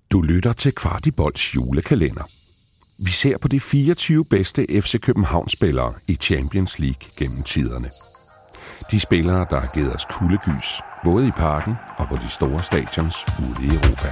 Du lytter til Kvartibolds julekalender. Vi ser på de 24 bedste FC København-spillere i Champions League gennem tiderne. De spillere, der har givet os kuldegys, både i parken og på de store stadions ude i Europa.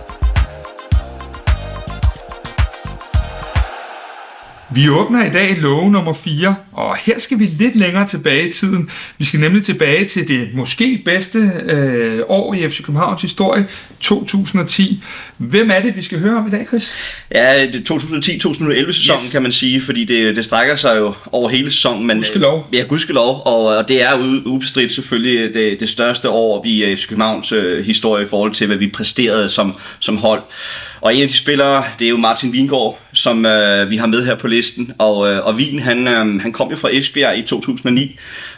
Vi åbner i dag låge nummer 4, og her skal vi lidt længere tilbage i tiden. Vi skal nemlig tilbage til det måske bedste år i FC Københavns historie, 2010. Hvem er det, vi skal høre om i dag, Chris? Ja, 2010-2011 sæsonen, yes, kan man sige, fordi det strækker sig jo over hele sæsonen. Men, gudskelov. Ja, gudskelov, og det er ubestridt selvfølgelig det største år i FC Københavns historie i forhold til, hvad vi præsterede som hold. Og en af de spillere, det er jo Martin Vingegaard, som vi har med her på listen. Og Vin, han kom jo fra Esbjerg i 2009,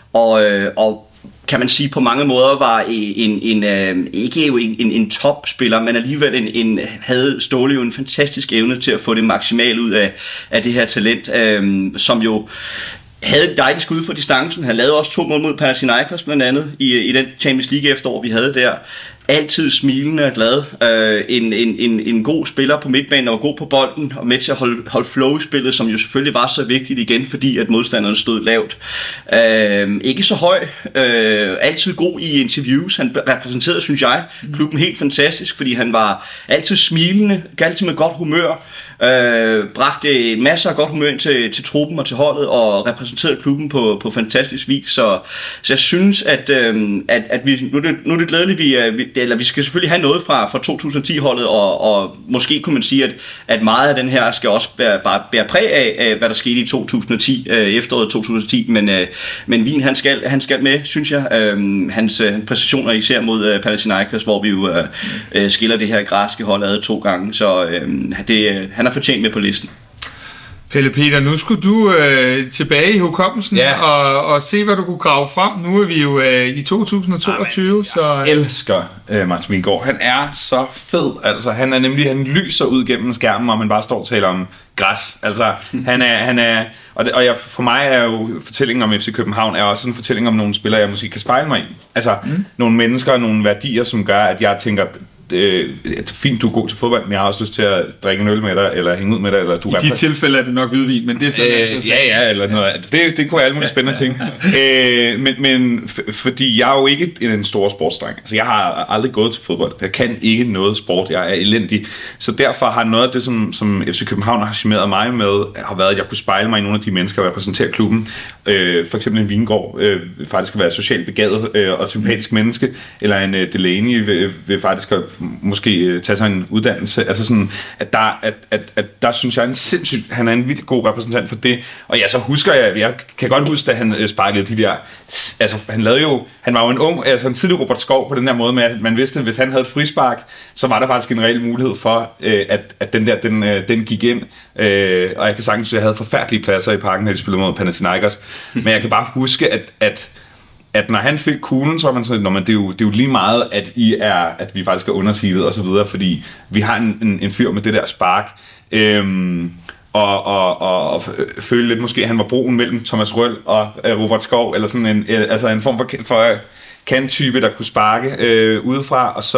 og kan man sige på mange måder var ikke en topspiller, men alligevel havde Ståle jo en fantastisk evne til at få det maksimale ud af det her talent, som jo havde et dejligt skud for distancen. Han lavede også 2 mål mod Panathinaikos blandt andet i den Champions League efterår, vi havde der. Altid smilende og glad. En god spiller på midtbanen, og god på bolden, og med til at holde flow i spillet, som jo selvfølgelig var så vigtigt igen, fordi at modstanderne stod lavt. Ikke så høj. Altid god i interviews. Han repræsenterede, synes jeg, klubben helt fantastisk, fordi han var altid smilende, altid med godt humør. Bragte masser af godt humør ind til truppen og til holdet, og repræsenterede klubben på fantastisk vis. Så jeg synes, at vi, nu er det glædeligt, vi skal selvfølgelig have noget fra 2010-holdet, og måske kunne man sige, at meget af den her skal også bære præg af, hvad der skete i 2010, efteråret 2010, men Wien, han skal med, synes jeg. Hans præstationer især mod Panathinaikos, hvor vi jo skiller det her græske hold ad 2 gange, så han er fortjent med på listen. Pelle Peter, nu skulle du tilbage i hukommelsen, ja, og se, hvad du kunne grave frem. Nu er vi jo i 2022, så... Jeg elsker Martin Vingegaard. Han er så fed. Altså, han lyser ud gennem skærmen, og man bare står og taler om græs. Altså, han er for mig er jo fortællingen om FC København er også en fortælling om nogle spillere, jeg måske kan spejle mig i. Altså, nogle mennesker og nogle værdier, som gør, at jeg tænker... fint, du er god til fodbold, men jeg har også lyst til at drikke en øl med dig, eller hænge ud med dig, eller du i de tilfælde er det nok hvidvin, men det er sådan ja, eller noget. Det kunne være alle mulige spændende ting. Men fordi jeg er jo ikke en stor sportsdreng. Altså, jeg har aldrig gået til fodbold. Jeg kan ikke noget sport. Jeg er elendig. Så derfor har noget af det, som FC København har charmeret mig med, har været, at jeg kunne spejle mig i nogle af de mennesker, der repræsenterer klubben. For eksempel en Vingegaard faktisk at være socialt begavet og sympatisk menneske, eller en Delaney vil faktisk måske tage sig en uddannelse, altså sådan, at der synes jeg, han er en vildt god repræsentant for det, og ja, så husker jeg kan godt huske, da han sparkede de der, altså han var jo en ung, altså en tidlig Robert Skov på den der måde med, at man vidste, at hvis han havde et frispark, så var der faktisk en reel mulighed for, at den gik ind, og jeg kan sagtens sige, at jeg havde forfærdelige pladser i parken, når de spillede mod Panathinaikos, men jeg kan bare huske, at når han fik kuglen, så var man sådan, det er jo lige meget, at vi faktisk er undersidet og så videre, fordi vi har en fyr med det der spark, og føle lidt måske, at han var broen mellem Thomas Røll og Robert Skov, eller sådan en form for kanttype, der kunne sparke udefra, og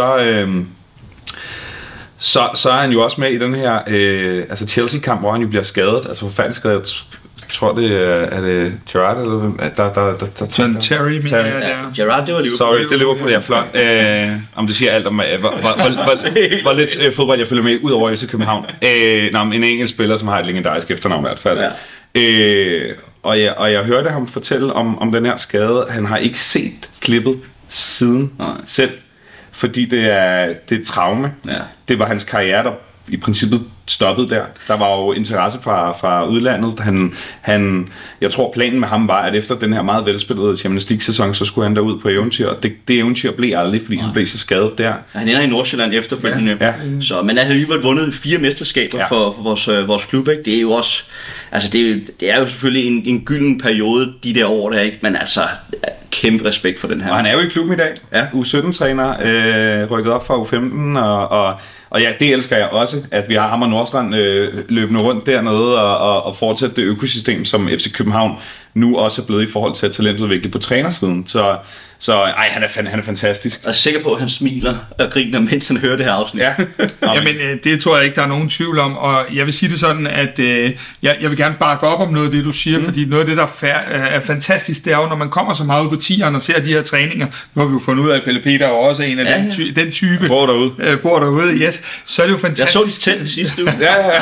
så er han jo også med i den her Chelsea-kamp, hvor han jo bliver skadet, altså forfærdeligt skadet. Jeg tror, det er Gerrard, eller der Terry, men Gerrard, det var Liverpool. Sorry, det er Liverpool, jeg er flot. Om det siger alt om, hvor lidt fodbold jeg følger med, ud over FC København. En engelsk spiller, som har et legendarisk efternavn i hvert fald. Ja. Og jeg hørte ham fortælle om den her skade. Han har ikke set klippet siden selv, fordi det er et traume. Ja. Det var hans karriere, der i princippet stoppet der. Der var jo interesse fra udlandet. Jeg tror planen med ham var, at efter den her meget velspillede Champions League-sæson, så skulle han derud på eventyr, og det eventyr blev aldrig, fordi han blev så skadet der. Han ender i Nordsjælland efterfølgende. Ja. Så, men han har alligevel vundet 4 mesterskaber for vores klub, ikke? Det er jo også, altså det er jo selvfølgelig en gylden periode, de der år der, ikke? Men altså, kæmpe respekt for den her. Og han er jo i klubben i dag. Ja. U17-træner, rykket op fra U15, og ja, det elsker jeg også, at vi har ham og Nordstrand løbende rundt dernede og fortsætte det økosystem, som FC København nu også er blevet i forhold til at talentudvikle på trænersiden. Så han er fantastisk. Jeg er sikker på, at han smiler og griner, mens han hører det her afsnit. Ja. Jamen, det tror jeg ikke, der er nogen tvivl om, og jeg vil sige det sådan, at jeg vil gerne bakke op om noget af det, du siger, fordi noget af det, der er fantastisk, det er jo, når man kommer så meget ud på tieren og ser de her træninger, nu har vi jo fundet ud af, at Pelle Peter er også en af den type, bor derude, yes, så er det jo fantastisk. Jeg så de til sidste uge. Ja.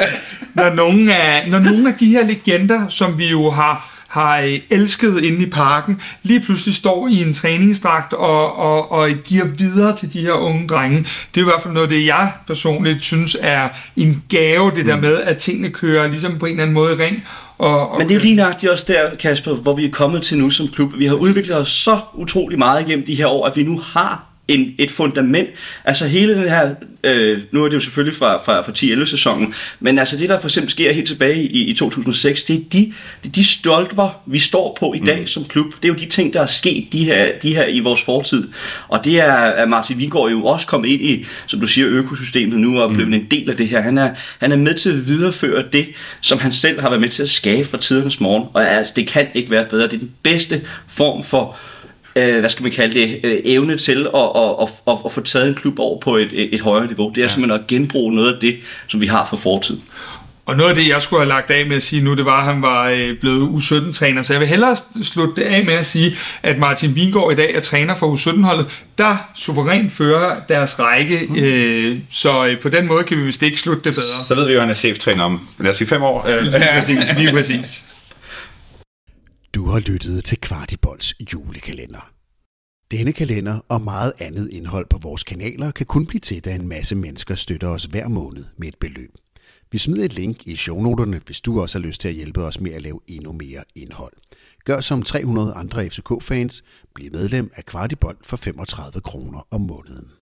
Når nogle af de her legender, som vi jo har elsket inde i parken, lige pludselig står i en træningsdragt og giver videre til de her unge drenge. Det er i hvert fald noget af det, jeg personligt synes er en gave, det der med, at tingene kører ligesom på en eller anden måde i ring. Men det er jo lige nøjagtigt også der, Kasper, hvor vi er kommet til nu som klub. Vi har udviklet os så utrolig meget igennem de her år, at vi nu har et fundament. Altså hele den her, nu er det jo selvfølgelig fra 10-11 sæsonen, men altså det der for eksempel sker helt tilbage i 2006, det er de stolper, vi står på i dag som klub. Det er jo de ting, der er sket de her i vores fortid. Og det er Martin Vingegaard jo også kommet ind i, som du siger, økosystemet nu og blevet en del af det her. Han er med til at videreføre det, som han selv har været med til at skabe fra tidernes morgen. Og altså, det kan ikke være bedre. Det er den bedste form for hvad skal man kalde det, evne til at få taget en klub over på et højere niveau. Det er simpelthen at genbruge noget af det, som vi har fra fortid. Og noget af det, jeg skulle have lagt af med at sige nu, det var, at han var blevet U17-træner. Så jeg vil hellere slutte det af med at sige, at Martin Vingegaard i dag er træner for U17-holdet, der suverænt fører deres række. Så på den måde kan vi vist ikke slutte det bedre. Så ved vi jo, at han er cheftræner om, lad os sige 5 år. Lige præcis. Du har lyttet til Kvartibolds julekalender. Denne kalender og meget andet indhold på vores kanaler kan kun blive til, da en masse mennesker støtter os hver måned med et beløb. Vi smider et link i shownoterne, hvis du også har lyst til at hjælpe os med at lave endnu mere indhold. Gør som 300 andre FCK-fans. Bliv medlem af Kvartibold for 35 kroner om måneden.